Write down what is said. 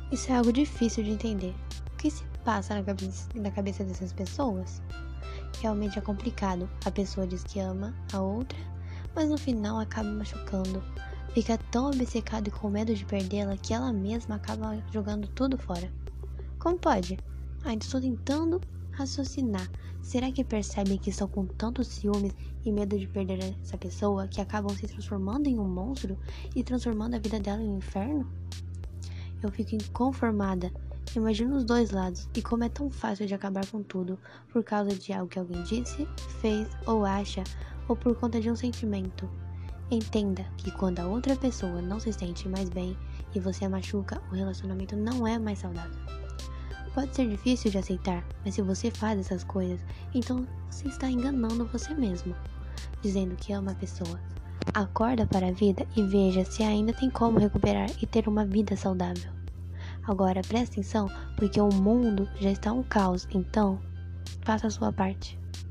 Isso é algo difícil de entender. O que se passa na cabeça dessas pessoas? Realmente é complicado. A pessoa diz que ama a outra, mas no final acaba machucando. Fica tão obcecada e com medo de perdê-la que ela mesma acaba jogando tudo fora. Como pode? Ainda estou tentando raciocinar. Será que percebem que estão com tantos ciúmes e medo de perder essa pessoa que acabam se transformando em um monstro e transformando a vida dela em um inferno? Eu fico inconformada. Imagino os dois lados e como é tão fácil de acabar com tudo por causa de algo que alguém disse, fez ou acha, ou por conta de um sentimento. Entenda que quando a outra pessoa não se sente mais bem e você a machuca, o relacionamento não é mais saudável. Pode ser difícil de aceitar, mas se você faz essas coisas, então você está enganando você mesmo, dizendo que ama a pessoa. Acorda para a vida e veja se ainda tem como recuperar e ter uma vida saudável. Agora presta atenção, porque o mundo já está um caos, então faça a sua parte.